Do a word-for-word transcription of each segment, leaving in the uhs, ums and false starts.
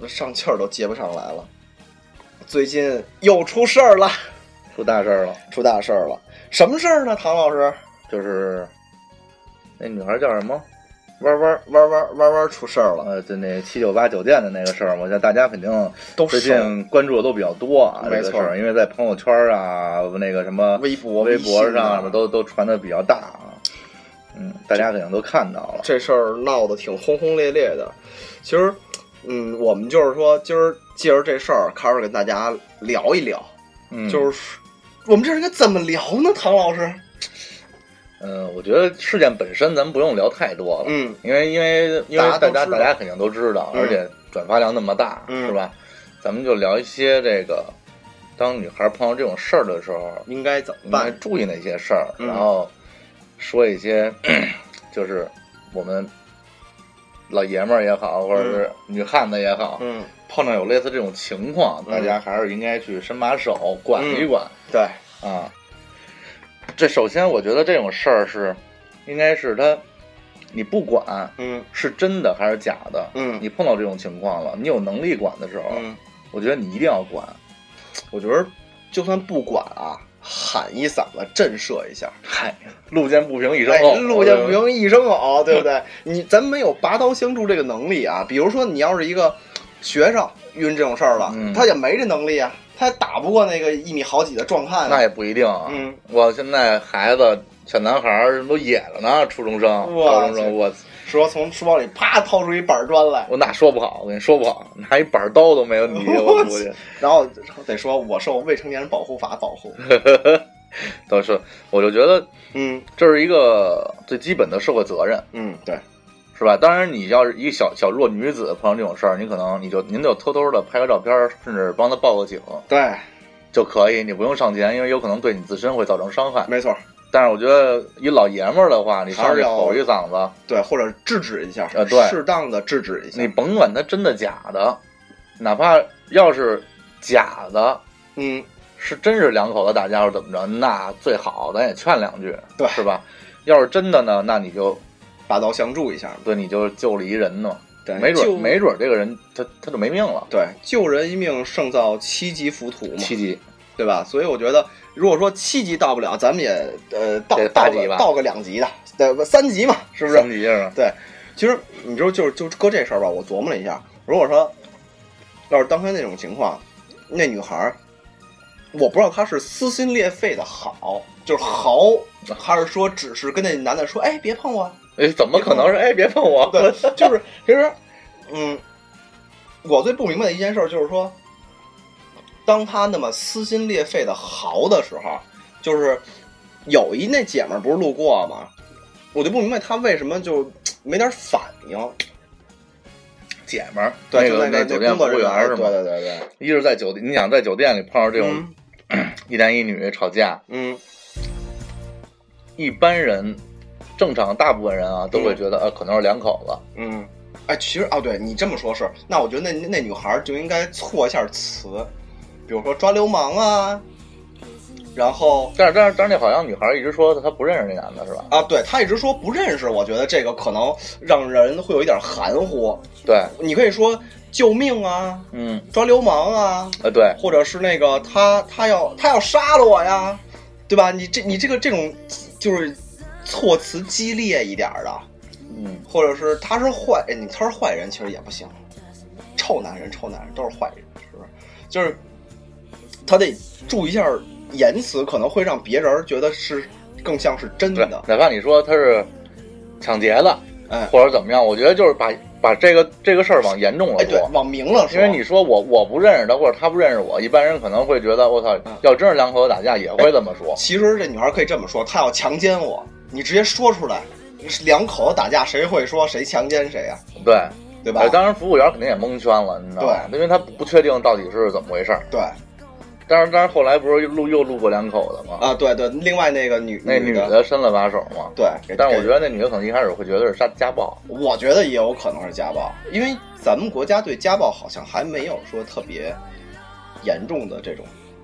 上气儿都接不上来了。最近又出事儿了， 出大事儿了， 出大事儿了。什么事儿呢，唐老师？ 就是那女孩叫什么？ 弯弯弯弯弯弯出事儿了。 呃，就那七九八酒店的那个事儿，我觉得大家肯定最近关注的都比较多啊。 没错， 这个事儿，因为在朋友圈啊，那个什么微博、 微博上都都传的比较大啊。嗯，大家肯定都看到了。 这事儿闹得挺轰轰烈烈的。其实，嗯，我们就是说，今儿借着这事儿，开始跟大家聊一聊。 嗯， 就是我们这应该怎么聊呢，唐老师？ 嗯，我觉得事件本身咱们不用聊太多了， 嗯， 因为因为因为大家大家肯定都知道， 嗯、 而且转发量那么大， 嗯、 是吧？咱们就聊一些这个，当女孩碰到这种事儿的时候， 应该怎么办？ 应该注意哪些事儿， 嗯、 然后说一些，就是我们老爷们儿也好，或者是女汉子也好， 嗯， 碰到有类似这种情况， 嗯、 大家还是应该去伸把手，管一管。 嗯、对， 啊。这首先我觉得这种事儿是应该是他你不管嗯是真的还是假的， 嗯， 你碰到这种情况了，你有能力管的时候， 嗯， 我觉得你一定要管。 我觉得就算不管啊，喊一嗓子震慑一下， 嗨，路见不平一声吼， 哎、路见不平一声吼，对不对？你咱没有拔刀相助这个能力啊。比如说你要是一个学生遇这种事儿了， 嗯， 他也没这能力啊。他打不过那个一米好几的壮汉， 那也不一定啊。 嗯， 我现在孩子小男孩儿都野了呢，初中生、高中生，我说从书包里啪掏出一板砖来， 我哪说不好？我跟你说不好，拿一板刀都没问题，我估计。 然后得说我受未成年人保护法保护， 倒是，我就觉得， 嗯， 这是一个最基本的社会责任， 嗯，对。 是吧？当然，你要是一个小小弱女子碰到这种事儿，你可能你就您就偷偷的拍个照片，甚至帮他报个警， 对， 就可以，你不用上前，因为有可能对你自身会造成伤害。 没错。 但是我觉得一老爷们儿的话，你上去吼一嗓子， 对，或者制止一下， 呃，对， 适当的制止一下。 你甭管他真的假的，哪怕要是假的， 嗯， 是真是两口子打架或者怎么着，那最好咱也劝两句， 对， 是吧？要是真的呢，那你就。 拔刀相助一下， 对，你就救了一人呢， 对， 没准没准这个人他他就没命了。 对，救人一命胜造七级浮屠嘛， 七级， 对吧？所以我觉得，如果说七级到不了，咱们也呃到八级吧， 到个两级的，对，三级嘛，是不是？ 三级是吧？ 对，其实你知道，就是就搁这事儿吧，我琢磨了一下，如果说要是当天那种情况，那女孩，我不知道她是撕心裂肺的好，就是嚎，还是说只是跟那男的说，哎，别碰我。 哎，怎么可能是哎？别碰我！ 对，就是其实，嗯，我最不明白的一件事就是说，当他那么撕心裂肺的嚎的时候，就是有一那姐们儿不是路过吗？我就不明白他为什么就没点反应。 姐们儿， 对， 那个那酒店服务员是吗？ 对对对对， 一是在酒店，你想在酒店里碰到这种、嗯、一男一女吵架， 嗯， 一般人。正常大部分人啊都会觉得、嗯、呃可能是两口子， 嗯，哎，其实哦，对你这么说是，那我觉得那那女孩就应该错一下词，比如说抓流氓啊，然后， 但是但是但是那好像女孩一直说她不认识那男的是吧？ 啊，对，她一直说不认识，我觉得这个可能让人会有一点含糊。 对， 你可以说救命啊， 嗯， 抓流氓啊， 呃对， 或者是那个他他要他要杀了我呀，对吧？你这你这个这种就是。措辞激烈一点的， 嗯， 或者是他是坏，你他是坏人，其实也不行，臭男人，臭男人都是坏人，是不是？就是他得注意一下言辞，可能会让别人觉得是更像是真的。 哪怕你说他是抢劫的， 哎， 或者怎么样，我觉得就是把把这个这个事儿往严重了说， 哎，对，往明了说。 因为你说我我不认识他，或者他不认识我，一般人可能会觉得我操，要真是两口子打架也会这么说。 哎、其实这女孩可以这么说，她要强奸我。你直接说出来，两口子打架谁会说谁强奸谁啊？ 对， 对吧？ 哎、当然服务员肯定也蒙圈了，你知道吗？对，因为他不确定到底是怎么回事。 对， 但是但是后来不是录又录过两口子吗？ 啊，对对，另外那个女那女的伸了把手嘛。 对， 但是我觉得那女的可能一开始会觉得是家家暴， 我觉得也有可能是家暴，因为咱们国家对家暴好像还没有说特别严重的这种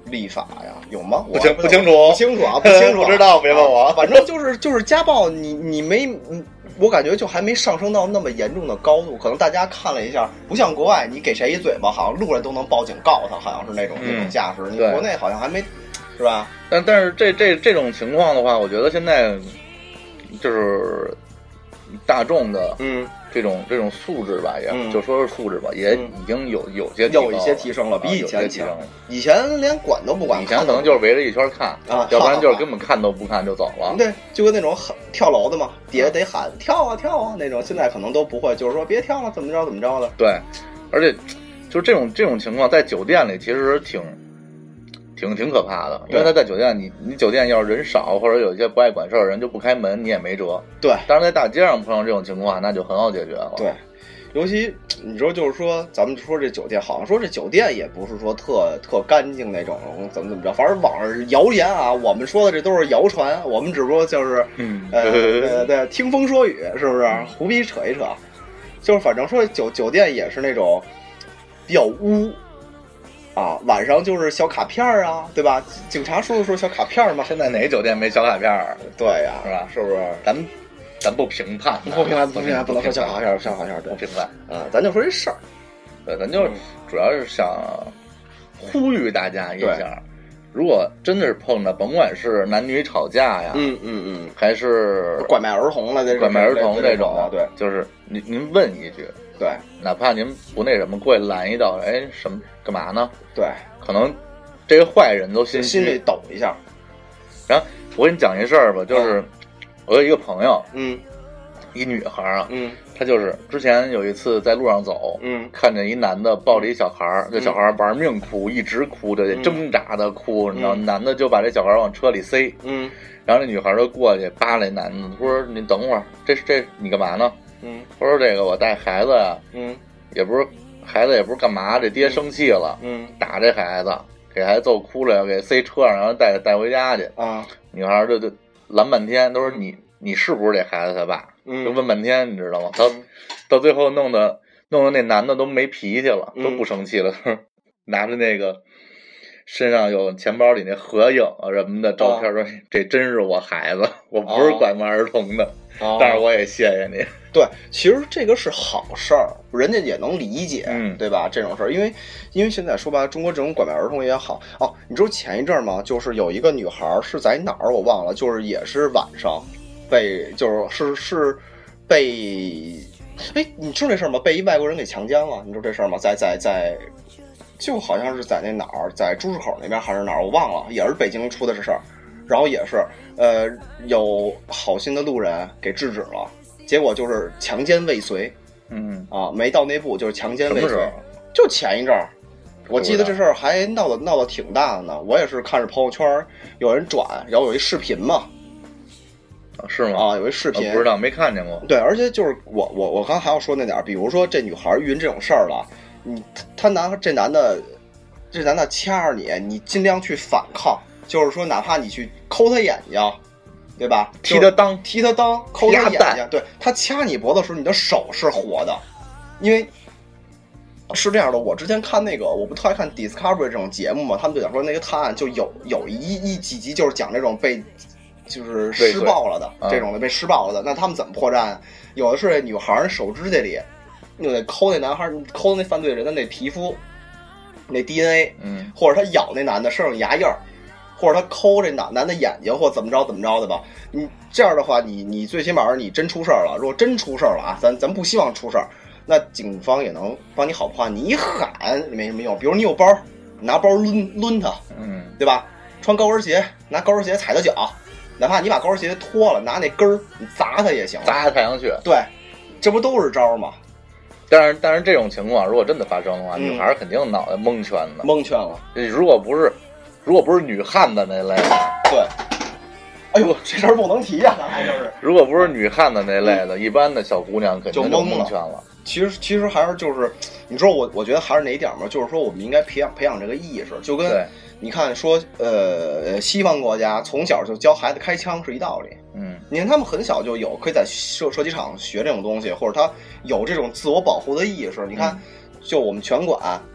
立法呀？有吗？我不清不清楚， 不清楚啊，不清楚， 不知道，别问我。 反正就是就是家暴，你你没，我感觉就还没上升到那么严重的高度。可能大家看了一下，不像国外，你给谁一嘴巴，好像路人都能报警告他，好像是那种、嗯、那种架势。你国内好像还没，是吧？ 但但是这这这种情况的话，我觉得现在就是大众的，嗯。这种这种素质吧，也、嗯、就说是素质吧，也已经有有些有一些提升了，比以前强。以前连管都不管， 以前可能就是围着一圈看啊， 要不然就是根本看都不看就走了。 对，就跟那种喊跳楼的嘛，底下得喊、嗯、跳啊跳啊那种，现在可能都不会，就是说别跳了，怎么着怎么着的。 对，而且就是这种这种情况，在酒店里其实挺。挺挺可怕的，因为他在酒店，你你酒店要是人少，或者有一些不爱管事儿的人就不开门，你也没辙。 对， 当然在大街上碰上这种情况，那就很好解决了。 对，尤其你说就是说，咱们说这酒店，好像说这酒店也不是说特特干净那种，怎么怎么着，反正网上谣言啊，我们说的这都是谣传，我们只不过就是嗯呃对对听风说雨，是不是胡逼扯一扯？就是反正说酒酒店也是那种比较污。啊，晚上就是小卡片啊，对吧？警察叔叔说小卡片嘛。 现在哪个酒店没小卡片？ 对呀， 是吧？ 是不是？ 咱咱不评判， 不评判，不评判，不能说小卡片，小卡片不评判。 啊，咱就说这事儿。 对，咱就主要是想呼吁大家一下，如果真的是碰着，甭管是男女吵架呀， 嗯嗯嗯， 还是拐卖儿童了，这拐卖儿童这种， 对， 就是您您问一句。 对， 哪怕您不那什么过来拦一道，哎，什么干嘛呢？ 对， 可能这个坏人都心心里抖一下。 然后我给你讲一事儿吧，就是、嗯、我有一个朋友， 嗯， 一女孩啊， 嗯， 她就是之前有一次在路上走， 嗯， 看见一男的抱着一小孩儿，这、嗯、小孩儿玩命哭，一直哭着，挣扎的哭， 嗯、 你知道，男的就把这小孩儿往车里塞， 嗯， 然后那女孩就过去扒拉男的，说：“你等会儿，这这你干嘛呢？” 嗯， 他说这个我带孩子呀， 嗯， 也不是孩子也不是干嘛，这爹生气了， 嗯， 打这孩子，给孩子揍哭了，要给塞车上，然后带带回家去啊。 女孩就就拦半天，都说你你是不是这孩子他爸？ 嗯， 就问半天，你知道吗？到、嗯、到最后弄得弄得那男的都没脾气了， 嗯、 都不生气了，拿着那个身上有钱包里那合影啊什么的照片，说、啊、这真是我孩子，我不是拐卖儿童的， 啊、 但是我也谢谢你。 对，其实这个是好事儿，人家也能理解， 嗯， 对吧？这种事儿，因为因为现在说白了，中国这种拐卖儿童也好哦。你知道前一阵吗？就是有一个女孩是在哪儿我忘了，就是也是晚上被，就是是是被，哎，你知道这事儿吗？被一外国人给强奸了，你知道这事儿吗？在在在，就好像是在那哪儿，在朱市口那边还是哪儿，我忘了，也是北京出的这事儿，然后也是呃有好心的路人给制止了。结果就是强奸未遂， 嗯啊，没到那步，就是强奸未遂。就前一阵儿，我记得这事儿还闹得闹得挺大的呢。我也是看着朋友圈有人转，然后有一视频嘛， 啊是吗？ 啊，有一视频， 不知道没看见过。 对，而且就是我我我刚还要说那点儿，比如说这女孩遇这种事儿了，你他男这男的这男的掐着你，你尽量去反抗，就是说哪怕你去抠他眼睛。对吧？ 踢他裆， 踢他裆，抠他眼睛。对，他掐你脖子的时候，你的手是活的，因为是这样的。我之前看那个，我不特爱看 Discovery 这种节目嘛，他们就讲说那个探案就有有一一几集就是讲这种被就是施暴了的这种的被施暴了的，那他们怎么破绽？有的是女孩手指甲里，就得抠那男孩，抠那犯罪人的那皮肤，那 D N A， 嗯， 或者他咬那男的身上牙印儿。或者他抠这男男的眼睛，或怎么着怎么着的吧。你这样的话，你你最起码你真出事儿了。如果真出事儿了啊，咱咱不希望出事儿，那警方也能帮你好破案。你一喊没什么用，比如你有包，拿包抡抡他， 嗯， 对吧？穿高跟鞋，拿高跟鞋踩他脚，哪怕你把高跟鞋脱了，拿那根儿你砸他也行， 砸他太阳穴。 对，这不都是招吗？ 但是但是这种情况如果真的发生的话，嗯、女孩肯定脑袋蒙圈的， 蒙圈了。 如果不是。如果不是女汉子那类的， 对，哎呦，这事儿不能提呀、啊，还就是。 如果不是女汉子那类的，嗯、一般的小姑娘肯定就蒙圈了。 其实其实还是就是，你知道我我觉得还是哪一点嘛？就是说我们应该培养培养这个意识，就跟你看说呃西方国家从小就教孩子开枪是一道理。 嗯， 你看他们很小就有可以在射射击场学这种东西，或者他有这种自我保护的意识。你看， 嗯、 就我们拳馆。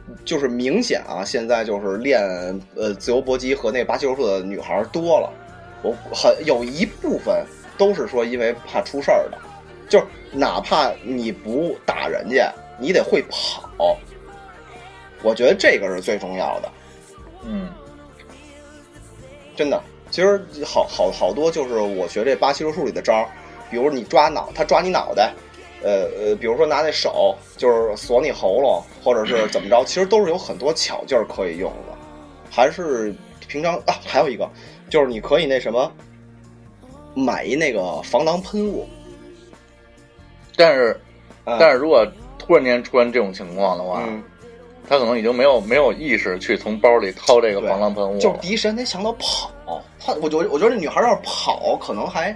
就是明显啊，现在就是练呃自由搏击和那拔肌肉术的女孩多了，我很有一部分都是说因为怕出事儿的，就是哪怕你不打人家，你得会跑，我觉得这个是最重要的。 嗯， 真的，其实好好好多就是我学这拔肌肉术里的招，比如你抓脑，他抓你脑袋。呃呃，比如说拿那手就是锁你喉咙，或者是怎么着，其实都是有很多巧劲儿可以用的。还是平常啊，还有一个就是你可以那什么，买一那个防狼喷雾。 但是，嗯、但是如果突然间出现这种情况的话，嗯、他可能已经没有没有意识去从包里掏这个防狼喷雾， 就第一时间得想到跑。他，我觉得我觉得这女孩要是跑，可能还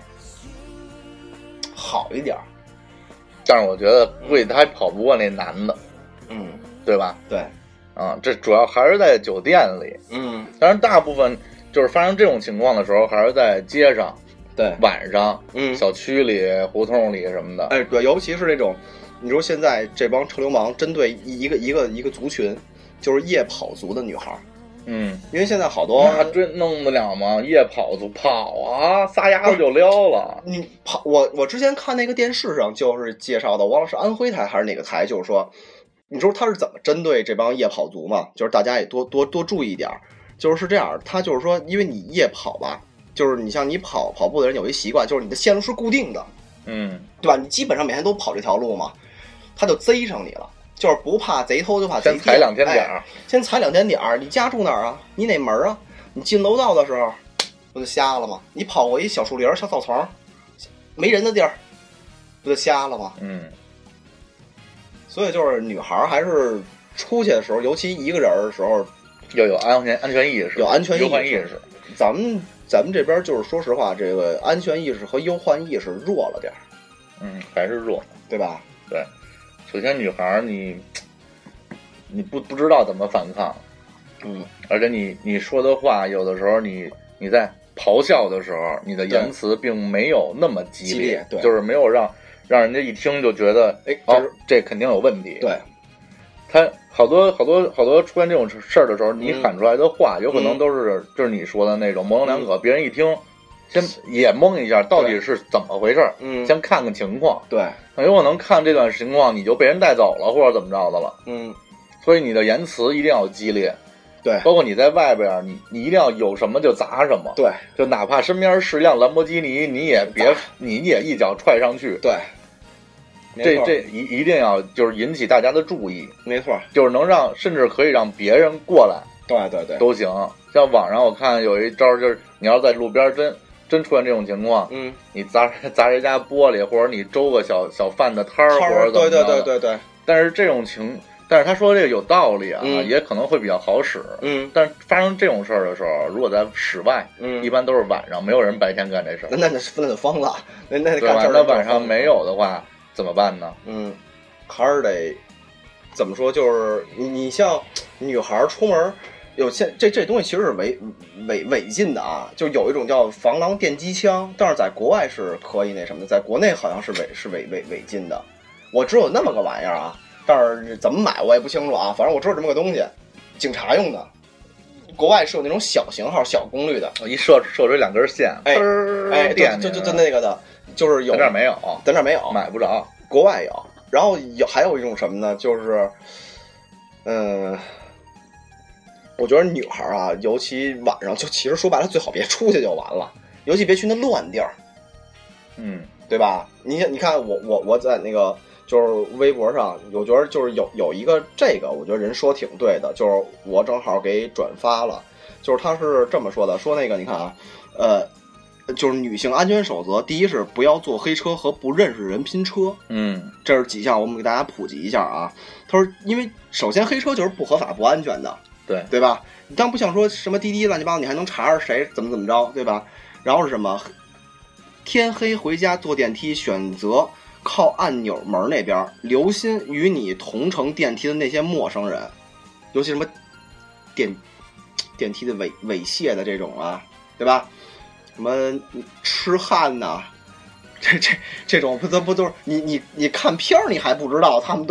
好一点。 但是我觉得估计他还跑不过那男的， 嗯， 对吧？ 对， 啊，这主要还是在酒店里， 嗯， 当然大部分就是发生这种情况的时候，还是在街上， 对， 晚上， 嗯， 小区里、胡同里什么的。 哎，对，尤其是这种，你说现在这帮臭流氓针对一个一个一个族群，就是夜跑族的女孩。 嗯， 因为现在好多那真弄得了吗？夜跑族跑啊，撒丫子就撩了。 你跑，我我之前看那个电视上就是介绍的，忘了是安徽台还是哪个台，就是说，你说他是怎么针对这帮夜跑族嘛？就是大家也多多多注意一点，就是是这样，他就是说，因为你夜跑吧，就是你像你跑跑步的人有一习惯，就是你的线路是固定的， 嗯， 对吧？你基本上每天都跑这条路嘛，他就贼上你了。就是不怕贼偷，就怕贼先踩两天点儿、 哎，先踩两天点儿。你家住哪儿啊？你哪门啊？你进楼道的时候，不就瞎了吗？你跑过一小树林、小草丛，没人的地儿，不就瞎了吗？ 嗯。 所以就是女孩还是出去的时候，尤其一个人的时候， 要有安全安全意识， 有安全意识。 意识咱们咱们这边就是说实话，这个安全意识和忧患意识弱了点儿。 嗯，还是弱， 对吧？ 对。首先，女孩你你不不知道怎么反抗， 嗯， 而且你你说的话，有的时候你你在咆哮的时候，你的言辞并没有那么激烈， 激烈对， 就是没有让让人家一听就觉得，哎，哦，这肯定有问题。 对， 他好多好多好多出现这种事儿的时候，你喊出来的话， 嗯、 有可能都是、嗯、就是你说的那种模棱两可，嗯、别人一听。先也蒙一下，到底是怎么回事？ 嗯， 先看看情况。 对， 有可能看这段情况，你就被人带走了，或者怎么着的了。 嗯， 所以你的言辞一定要激烈。 对， 包括你在外边，你你一定要有什么就砸什么。 对， 就哪怕身边是辆兰博基尼，你也别，你也一脚踹上去。 对， 这这一一定要就是引起大家的注意。 没错， 就是能让，甚至可以让别人过来。 对对对， 都行。像网上我看有一招，就是你要在路边真。真出现这种情况， 嗯， 你砸砸人家玻璃，或者你周个小小贩的摊儿，或者怎么着， 对对对对对。 但是这种情，但是他说这个有道理啊， 嗯、 也可能会比较好使， 嗯。 但是发生这种事儿的时候，如果在室外， 嗯， 一般都是晚上，没有人白天干这事儿。 那那那就疯了，那那对吧？那晚上没有的话怎么办呢？ 嗯，还是得怎么说？就是你你像女孩出门。有现这这东西其实是违违违禁的啊，就有一种叫防狼电击枪，但是在国外是可以那什么的，在国内好像是违是违违违禁的。我知道有那么个玩意儿啊，但是怎么买我也不清楚啊，反正我知道这么个东西，警察用的。国外是有那种小型号、小功率的， 一射射出两根线， 哎哎， 电就就就那个的，就是有。 咱这儿没有， 咱这儿没有， 买不着。 国外有，然后有还有一种什么呢？就是，嗯。我觉得女孩啊，尤其晚上，就其实说白了，最好别出去就完了，尤其别去那乱地儿， 嗯， 对吧？你你看我我我在那个就是微博上，我觉得就是有有一个这个，我觉得人说挺对的，就是我正好给转发了，就是他是这么说的，说那个你看啊，呃，就是女性安全守则，第一是不要坐黑车和不认识人拼车， 嗯， 这是几项，我们给大家普及一下啊。他说，因为首先黑车就是不合法、不安全的。 对对吧？你当不像说什么滴滴乱七八糟，你还能查着谁怎么怎么着，对吧？然后是什么？天黑回家坐电梯，选择靠按钮门那边，留心与你同乘电梯的那些陌生人，尤其什么电电梯的猥猥亵的这种啊，对吧？什么痴汉呐、啊，这这这种不都不都是你你你看片儿你还不知道，他们都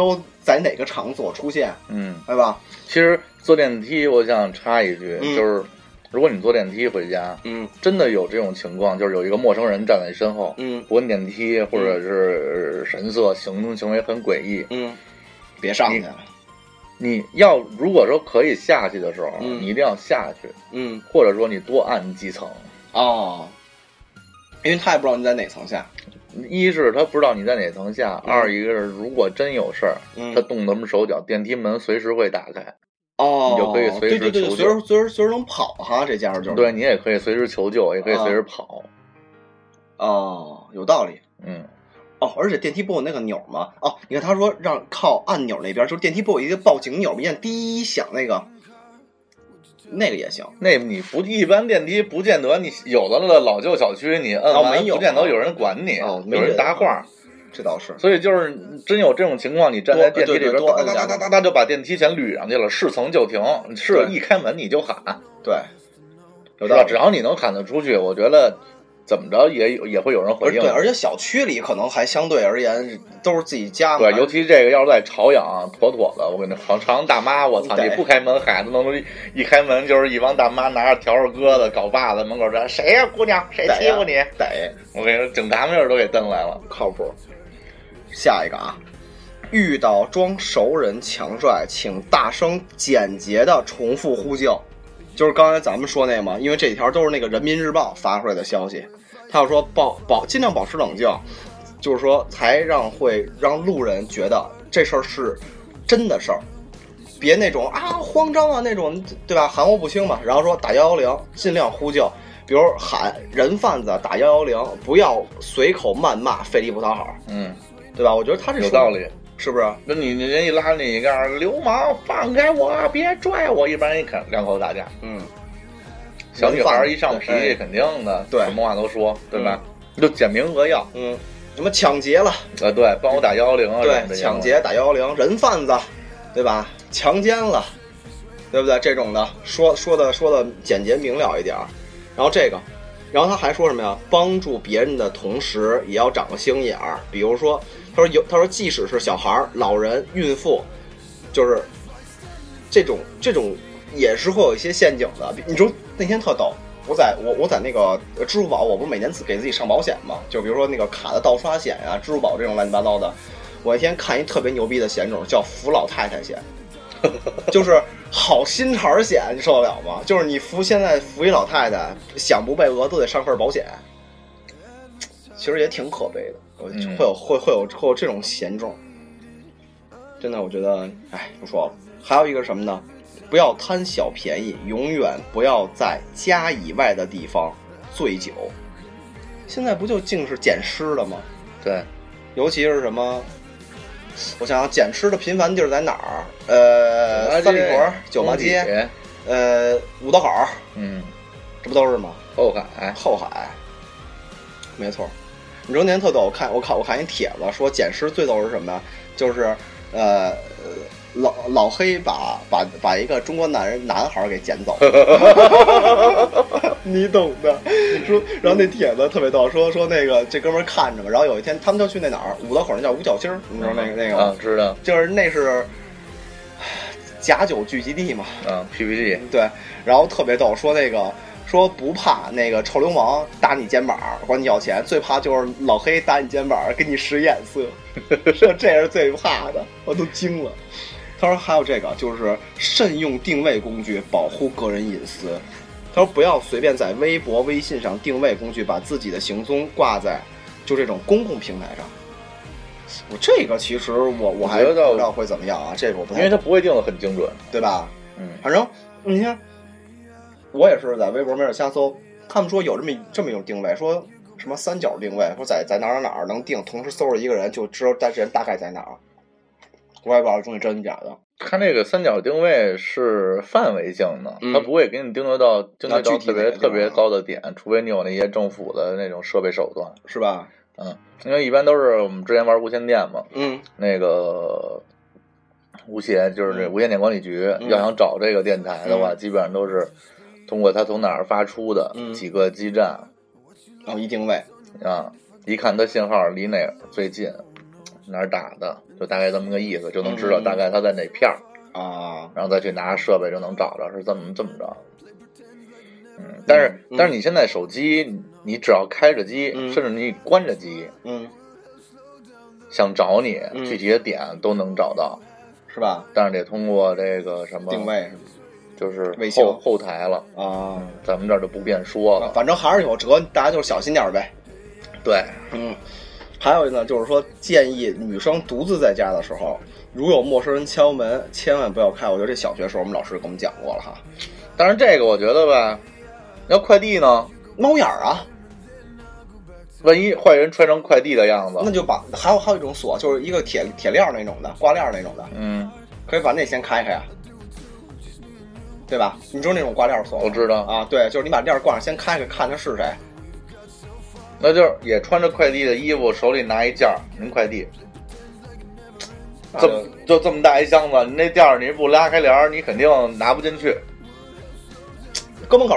在哪个场所出现， 嗯， 对吧？ 其实坐电梯，我想插一句， 嗯、 就是如果你坐电梯回家， 嗯， 真的有这种情况，就是有一个陌生人站在你身后， 嗯， 不按电梯，或者是神色行行为很诡异， 嗯，别上去。 你要如果说可以下去的时候， 嗯、 你一定要下去， 嗯， 或者说你多按几层哦，因为他也不知道你在哪层下。 一是他不知道你在哪层下， 嗯、 二一个是如果真有事儿， 嗯， 他动什么手脚，电梯门随时会打开。 哦， 你就可以随时求救， 对对对，随时随时随时能跑哈，这家伙就是。 对，你也可以随时求救，也可以随时跑。 哦，有道理。 嗯。 哦，而且电梯不有那个钮吗？哦，你看他说让靠按钮那边，就是电梯不有一个报警钮，一按滴一响那个，那个也行。 那你不一般电梯不见得你有的了老旧小区你摁完、哦、不见得有人管你， 哦， 有人答话。 这倒是， 所以就是真有这种情况，你站在电梯里边，哒哒哒哒哒哒就把电梯全捋上去了，是层就停，是一开门你就喊， 对， 是吧？只要你能喊得出去，我觉得怎么着也也会有人回应。 对，而且小区里可能还相对而言都是自己家嘛。 对，尤其这个要是在朝阳，妥妥的，我跟你说，朝阳大妈，我操，你不开门，孩子能一开门就是一帮大妈拿着笤帚疙瘩镐把子，门口说谁呀、啊、姑娘，谁欺负你？ 逮！ 我跟你说，警察们都给蹬来了， 靠谱。下一个啊，遇到装熟人强帅，请大声简洁的重复呼救。就是刚才咱们说那个嘛，因为这几条都是那个人民日报发出来的消息，他要说保保尽量保持冷静，就是说才让会让路人觉得这事儿是真的事儿，别那种啊慌张啊那种，对吧？含糊不清嘛。然后说打一一零，尽量呼救，比如喊人贩子打一一零，不要随口谩骂，费力不讨好。 嗯。 对吧？我觉得他这有道理， 是不是？ 那你人一拉你一个流氓，放开我，别拽我！一般人一看两口打架， 嗯， 小女孩一上脾气，肯定的， 对， 什么话都说，对吧？嗯、就简明扼要， 嗯，什么抢劫了？ 呃，对，帮我打幺幺零啊， 对，抢劫打幺幺零，人贩子，对吧？强奸了，对不对？这种的说说的说的简洁明了一点，然后这个。然后他还说什么呀？帮助别人的同时，也要长个心眼儿。比如说，他说有，他说即使是小孩、老人、孕妇，就是这种这种也是会有一些陷阱的。你说那天特逗，我在我我在那个支付宝，我不是每年给自己上保险嘛？就比如说那个卡的盗刷险啊，支付宝这种乱七八糟的。我那天看一特别牛逼的险种，叫扶老太太险。就是好心肠险，你受得了吗？就是你扶现在扶一老太太，想不被讹都得上份保险，其实也挺可悲的。 嗯、 会有会会有会有这种险种，真的，我觉得，哎，不说了。还有一个什么呢？不要贪小便宜，永远不要在家以外的地方醉酒。现在不就净是捡尸了吗？ 对， 尤其是什么？我想想，捡尸的频繁地儿在哪儿？呃，三里屯、酒吧街，呃，五道口， 嗯， 这不都是吗？ 后海， 后海，没错。你说那天特逗，我看我看我看一帖子说捡尸最逗是什么呀？就是呃，老老黑把把把一个中国男人男孩给捡走，你懂的。你说，然后那帖子特别逗，说说那个这哥们儿看着嘛，然后有一天他们就去那哪儿五道口那叫五角星，你知道那个那个啊？知道， 就是那是假酒聚集地嘛。 啊 ，P P T 对，然后特别逗，说那个说不怕那个臭流氓打你肩膀管你要钱，最怕就是老黑打你肩膀给你使眼色，说这是最怕的，我都惊了。他说还有这个就是慎用定位工具保护个人隐私。他说不要随便在微博微信上定位工具把自己的行踪挂在就这种公共平台上。我这个其实我我还不知道会怎么样啊，这个我不太， 因为他不会定的很精准， 对吧？ 嗯， 反正你看我也是在微博没事瞎搜，他们说有这么这么一种定位，说什么三角定位，说在在哪儿哪儿能定，同时搜着一个人就知道这人大概在哪儿。我也不知道这东西真假的。 它这个三角定位是范围性的， 嗯、 它不会给你定得到定得到特别特别高的点，除非你有那些政府的那种设备手段， 是吧？ 嗯，因为一般都是我们之前玩无线电嘛， 嗯， 那个无协就是这无线电管理局、 嗯、 要想找这个电台的话， 嗯、 基本上都是通过它从哪儿发出的、 嗯、 几个基站， 然后一定位啊，一看它信号离哪儿最近。 哪儿打的，就大概这么个意思，就能知道大概他在哪片儿啊， 然后再去拿设备就能找着，是这么这么着。嗯，但是、嗯、但是你现在手机，你只要开着机， 嗯、 甚至你关着机， 嗯， 想找你、嗯、具体的点都能找到， 是吧？ 但是得通过这个什么定位， 就是后后台了啊、 嗯，咱们这儿就不便说了， 反正还是有辙，大家就小心点呗。 对， 嗯，还有呢，就是说建议女生独自在家的时候，如有陌生人敲门，千万不要开。我觉得这小学时候我们老师给我们讲过了哈。 但是这个我觉得吧，要快递呢， 猫眼儿啊， 万一坏人穿成快递的样子， 那就把还有还有一种锁，就是一个铁铁链那种的，挂链那种的， 嗯， 可以把那先开开啊，对吧？你知道那种挂链锁吗？ 我知道啊，对，就是你把链挂上，先开开，看他是谁。 那就是也穿着快递的衣服，手里拿一件儿，您快递，这么就这么大一箱子，你那件儿你不拉开帘儿，你肯定拿不进去。 搁门口，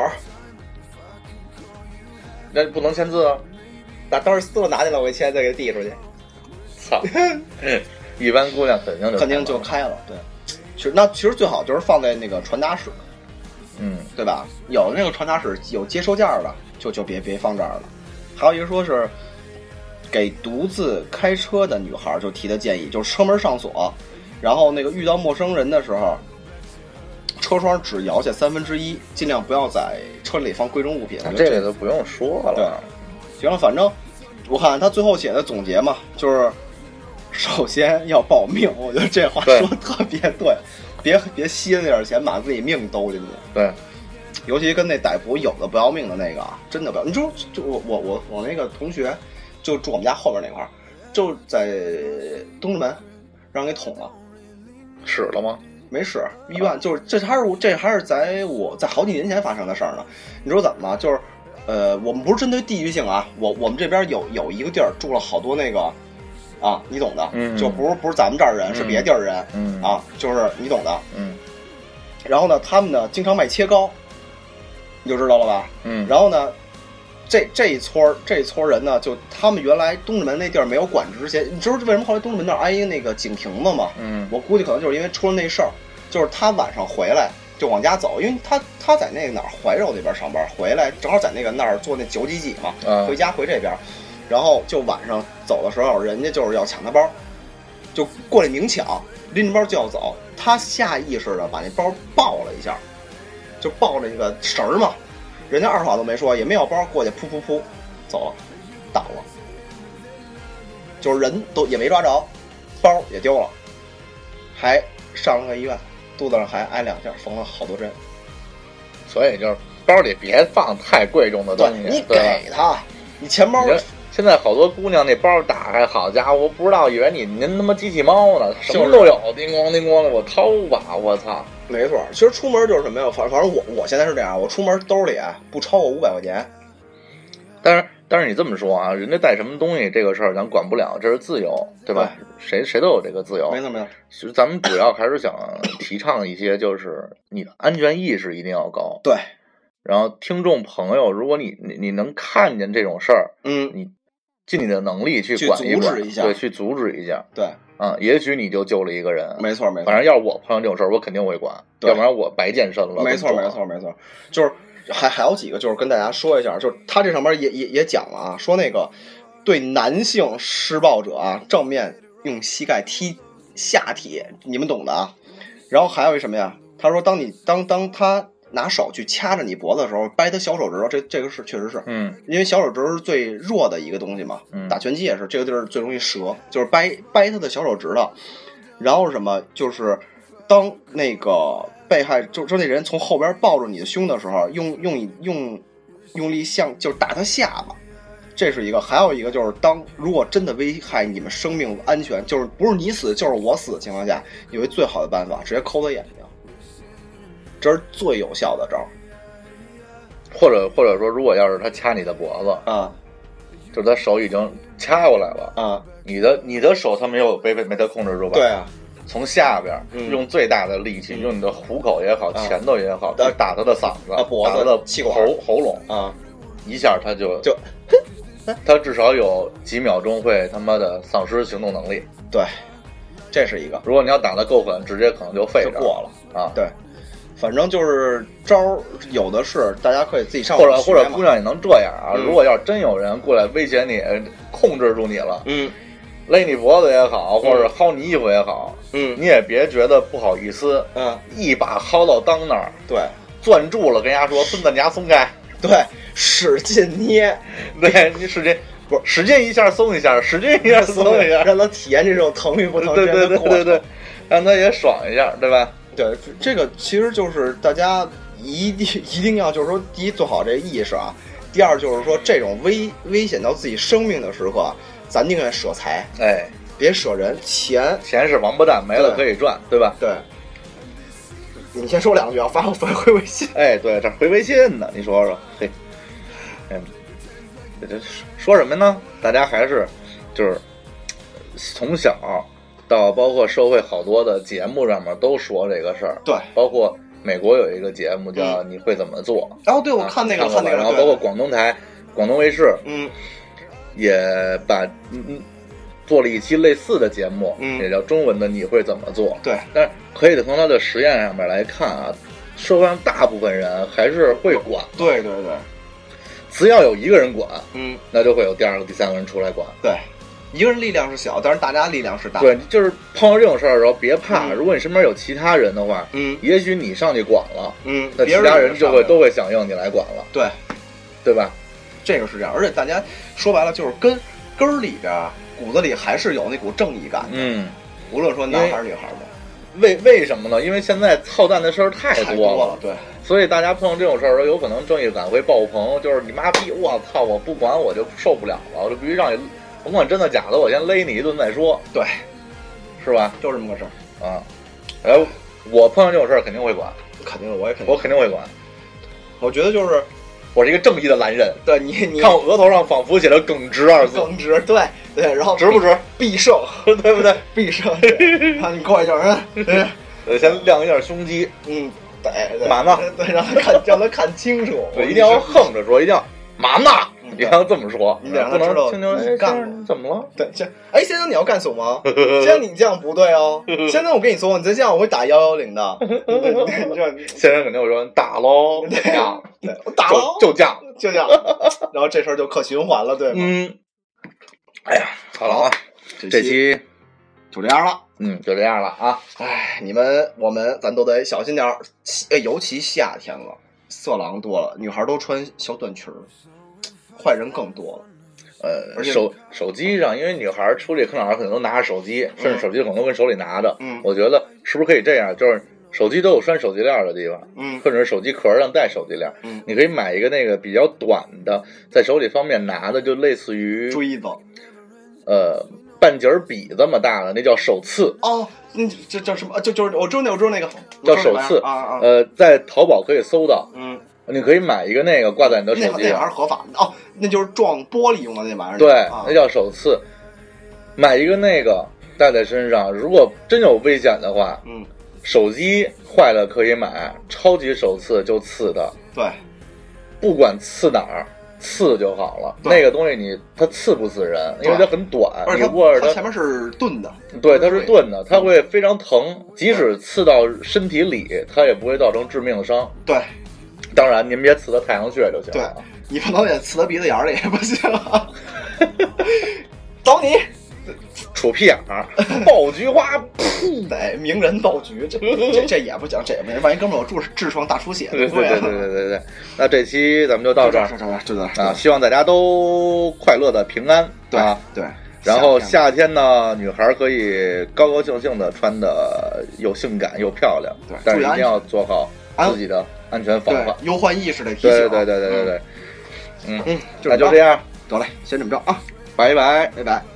那不能签字啊！ 把当时撕了拿进来，我签再给递出去。 操！一般姑娘肯定就肯定就开了，对。其实那其实最好就是放在那个传达室， 嗯， 对吧？有那个传达室有接收件的，就就别别放这儿了。还有一个说是给独自开车的女孩就提的建议，就是车门上锁，然后那个遇到陌生人的时候，车窗只摇下三分之一，尽量不要在车里放贵重物品。 这个都不用说了。 对，行了，反正我看他最后写的总结嘛，就是首先要保命。我觉得这话说的特别对，别别吸那点钱把自己命兜进去。 对。 尤其跟那歹徒有的不要命的那个啊，真的不要。你说，就我我我我那个同学，就住我们家后边那块儿，就在东直门，让人给捅了。 使了吗？ 没使，医院就是这还是这还是在我在好几年前发生的事儿呢。你说怎么了？就是呃，我们不是针对地域性啊，我我们这边有有一个地儿住了好多那个啊，你懂的， 嗯， 就不是不是咱们这儿人， 嗯、 是别地儿人， 嗯啊，就是你懂的， 嗯。 然后呢，他们呢经常卖切糕。你就知道了吧， 嗯， 然后呢，这这一撮这一撮人呢，就他们原来东直门那地儿没有管制之前，你知道为什么后来东直门那儿挨一个那个警亭子吗？ 嗯， 我估计可能就是因为出了那事儿，就是他晚上回来就往家走，因为他他在那个哪儿怀柔那边上班，回来正好在那个那儿做那九几几嘛， 嗯、 回家回这边，然后就晚上走的时候，人家就是要抢他包，就过来明抢，拎着包就要走，他下意识的把那包抱了一下。就抱着那个绳儿嘛，人家二话都没说，也没要包，过去噗噗噗走了，倒了，就是人都也没抓着，包也丢了，还上了个医院，肚子上还挨两下，缝了好多针。 所以就是包里别放太贵重的东西， 你给他，你钱包。 现在好多姑娘那包打开，好家伙，不知道以为你您他妈机器猫呢，什么都有，叮咣叮咣的，我掏吧，我操！ 没错，其实出门就是什么呀？反反正我我现在是这样，我出门兜里不超过五百块钱。 但是但是你这么说啊，人家带什么东西这个事儿咱管不了，这是自由，对吧？对谁谁都有这个自由。 没错没错。 其实咱们主要还是想提倡一些，就是你的安全意识一定要高。 对。 然后听众朋友，如果你你你能看见这种事儿， 嗯， 你尽你的能力去管一管， 一下对，去阻止一下。 对。 啊、嗯，也许你就救了一个人， 没错没错。 反正要是我碰上这种事儿，我肯定会管，要不然我白健身了。 没错没错没错，就是还还有几个，就是跟大家说一下，就是他这上面也也也讲了啊，说那个对男性施暴者啊，正面用膝盖踢下体，你们懂的啊。然后还有一什么呀？他说，当你当当他拿手去掐着你脖子的时候，掰他小手指头，这这个是确实是， 嗯， 因为小手指头是最弱的一个东西嘛， 嗯， 打拳击也是，这个地儿最容易折，就是掰掰他的小手指头。然后什么，就是当那个被害就就那人从后边抱住你的胸的时候，用用用用力向就是打他下巴，这是一个。还有一个就是当如果真的危害你们生命安全，就是不是你死就是我死的情况下，有一最好的办法，直接抠他眼睛。这是最有效的招， 或者或者说，如果要是他掐你的脖子啊， 就是他手已经掐过来了啊， 你的你的手他没有被被被他控制住吧？ 对啊， 从下边、 嗯、 用最大的力气，嗯、用你的虎口也好， 啊、 前头也好，去打他的嗓子、 啊、脖子、 打他的气管、 喉喉咙啊， 一下他就就他至少有几秒钟会他妈的丧失行动能力。 对，这是一个。 如果你要打得够狠，直接可能就废就过了啊。 对，反正就是招有的是，大家可以自己上或者或者姑娘也能这样啊、 嗯。 如果要真有人过来威胁你，控制住你了， 嗯， 勒你脖子也好，或者薅你衣服也好， 嗯， 你也别觉得不好意思， 嗯， 一把薅到裆那儿， 对， 攥住了，跟人家说孙子你丫松开， 对，使劲捏， 对你使劲。不是使劲一下松一下，使劲一下松一下， 让他体验这种疼与不疼对对对对对，让他也爽一下，对吧？ 对，这个其实就是大家一定一定要就是说，第一做好这个意识啊，第二就是说这种危危险到自己生命的时刻，咱宁愿舍财， 哎， 别舍人，钱钱是王八蛋，没了可以赚，对吧？ 对。你先说两句啊，发我回回微信。 哎，对，这回微信呢，你说说，嘿，嗯。这说什么呢？大家还是就是从小到包括社会好多的节目上面都说这个事儿， 对， 包括美国有一个节目叫《你会怎么做》， 然后对我看那个看那个， 然后包括广东台、广东卫视， 嗯， 也把嗯嗯做了一期类似的节目， 嗯， 也叫中文的《你会怎么做》， 对， 但是可以从它的实验上面来看啊，社会上大部分人还是会管， 对对对。 只要有一个人管， 嗯， 那就会有第二个、第三个人出来管。 对，一个人力量是小，但是大家力量是大。 对，就是碰到这种事儿的时候，别怕、嗯。如果你身边有其他人的话， 嗯， 也许你上去管了， 嗯， 那其他人就会都会响应你来管了。 对， 对吧？ 这个是这样，而且大家说白了就是根根儿里边骨子里还是有那股正义感的。 嗯， 无论说男孩女孩的。 为为什么呢？因为现在操蛋的事儿太多了， 了对。 所以大家碰到这种事儿的时候，有可能正义感会爆棚，就是你妈逼，我操，我不管我就受不了了，我就必须让你，甭管真的假的，我先勒你一顿再说， 对， 是吧？ 就这么个事儿啊。哎，我碰到这种事儿肯定会管， 肯定我也肯定， 我肯定会管。 我觉得就是我是一个正义的男人， 对你，你看我额头上仿佛写了耿直二字， 耿直，对对，然后值不值？ 必胜， 对不对？ 必胜，让你过一叫人，对， 呃，先亮一下胸肌， 嗯。对， 干嘛呢？ 对，让他看，让他看清楚。 对，一定要横着说，一定要嘛呢？一定要这么说， 你得让他知道听听你干过， 怎么了？ 对，先，哎，先生你要干什么？先生你这样不对哦，先生我跟你说，你再这样我会打幺幺零的。 先生肯定会说打喽，这样， 对，我打喽， 就这样， 就这样，然后这事儿就可循环了，对吗？ 嗯。哎呀，好了啊，这期就这样了。 嗯，就这样了啊！ 哎，你们我们咱都得小心点儿，尤其夏天了，色狼多了，女孩都穿小短裙儿，坏人更多了。 呃，手手机上，因为女孩出去可能可能都拿着手机，嗯、甚至手机可能都跟手里拿着。 嗯， 我觉得是不是可以这样？就是手机都有拴手机链的地方， 嗯， 或者是手机壳上带手机链， 嗯， 你可以买一个那个比较短的，在手里方便拿的，就类似于锥子， 呃。半截笔这么大的，那叫手刺哦。嗯，这叫什么？就就是我知道那，我知道那个叫手刺啊啊。 呃，在淘宝可以搜到。 嗯， 你可以买一个那个挂在你的手机上。 那还是合法的哦，那就是撞玻璃用的那玩意儿。 对， 啊、 那叫手刺。买一个那个带在身上，如果真有危险的话， 嗯， 手机坏了可以买，超级手刺就刺的。 对， 不管刺哪儿。刺就好了，那个东西你它刺不死人，因为它很短， 而且你握着它前面是钝的， 对，它是钝的，它会非常疼，即使刺到身体里，它也不会造成致命的伤。 对， 当然您别刺到太阳穴就行了。 对，你不能也刺到鼻子眼里也不行啊。找你。 杵屁眼儿，爆菊花， 噗！对，名人爆菊，这这这也不讲，这也没人。万一哥们有痔痔疮大出血， 对对对对对对对。那这期咱们就到这儿， 就这儿，就这儿啊！希望大家都快乐的平安， 对啊， 对。 然后夏天呢，女孩可以高高兴兴的穿的又性感又漂亮， 对， 但是一定要做好自己的安全防范， 忧患意识得提醒。 对对对对对对，嗯嗯， 那就这样， 走嘞，先这么着啊， 拜拜， 拜拜。